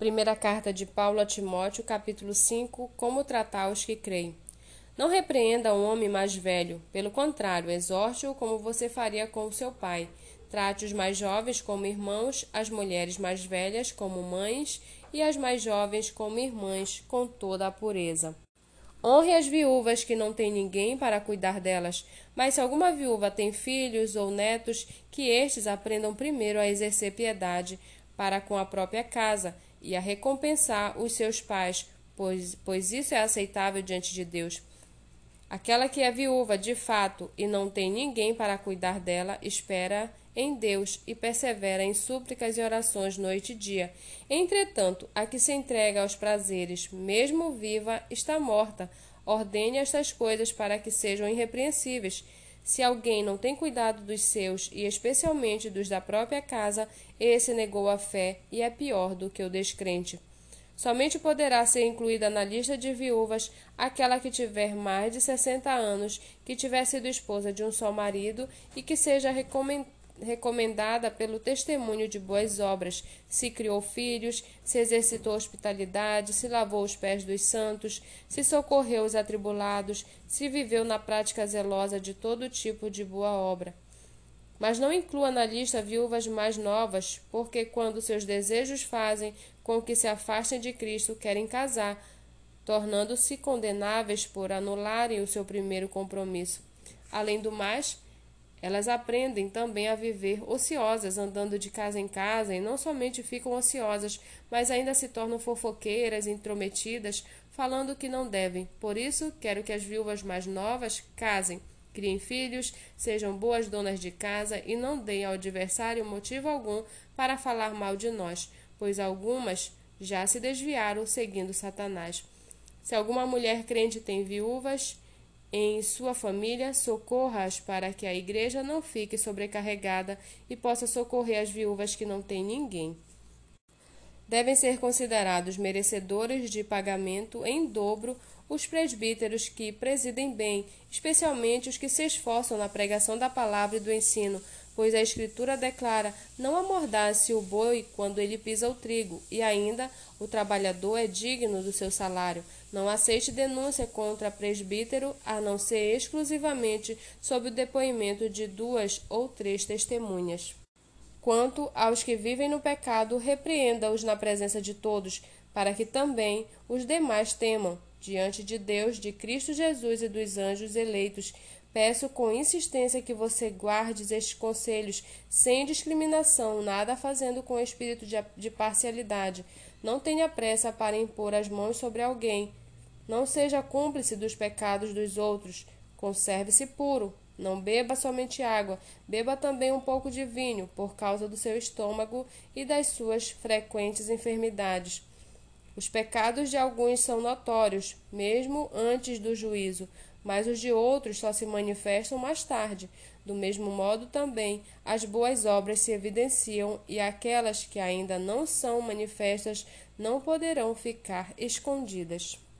Primeira carta de Paulo a Timóteo, capítulo 5, como tratar os que creem. Não repreenda um homem mais velho, pelo contrário, exorte-o como você faria com o seu pai. Trate os mais jovens como irmãos, as mulheres mais velhas como mães e as mais jovens como irmãs, com toda a pureza. Honre as viúvas que não têm ninguém para cuidar delas, mas se alguma viúva tem filhos ou netos, que estes aprendam primeiro a exercer piedade para com a própria casa e a recompensar os seus pais, pois isso é aceitável diante de Deus. Aquela que é viúva de fato e não tem ninguém para cuidar dela, espera em Deus e persevera em súplicas e orações noite e dia. Entretanto, a que se entrega aos prazeres, mesmo viva, está morta. Ordene estas coisas para que sejam irrepreensíveis. Se alguém não tem cuidado dos seus, e especialmente dos da própria casa, esse negou a fé e é pior do que o descrente. Somente poderá ser incluída na lista de viúvas aquela que tiver mais de 60 anos, que tiver sido esposa de um só marido e que seja recomendada pelo testemunho de boas obras, se criou filhos, se exercitou hospitalidade, se lavou os pés dos santos, se socorreu os atribulados, se viveu na prática zelosa de todo tipo de boa obra. Mas não inclua na lista viúvas mais novas, porque quando seus desejos fazem com que se afastem de Cristo, querem casar, tornando-se condenáveis por anularem o seu primeiro compromisso. Além do mais, elas aprendem também a viver ociosas, andando de casa em casa, e não somente ficam ociosas, mas ainda se tornam fofoqueiras, intrometidas, falando o que não devem. Por isso, quero que as viúvas mais novas casem, criem filhos, sejam boas donas de casa e não deem ao adversário motivo algum para falar mal de nós, pois algumas já se desviaram seguindo Satanás. Se alguma mulher crente tem viúvas em sua família, socorra-as para que a igreja não fique sobrecarregada e possa socorrer as viúvas que não têm ninguém. Devem ser considerados merecedores de pagamento em dobro os presbíteros que presidem bem, especialmente os que se esforçam na pregação da palavra e do ensino, pois a Escritura declara: não amordace o boi quando ele pisa o trigo, e ainda o trabalhador é digno do seu salário. Não aceite denúncia contra presbítero, a não ser exclusivamente sob o depoimento de 2 ou 3 testemunhas. Quanto aos que vivem no pecado, repreenda-os na presença de todos, para que também os demais temam, diante de Deus, de Cristo Jesus e dos anjos eleitos. Peço com insistência que você guarde estes conselhos, sem discriminação, nada fazendo com espírito de parcialidade. Não tenha pressa para impor as mãos sobre alguém. Não seja cúmplice dos pecados dos outros. Conserve-se puro. Não beba somente água, beba também um pouco de vinho, por causa do seu estômago e das suas frequentes enfermidades. Os pecados de alguns são notórios, mesmo antes do juízo, mas os de outros só se manifestam mais tarde. Do mesmo modo também, as boas obras se evidenciam e aquelas que ainda não são manifestas não poderão ficar escondidas.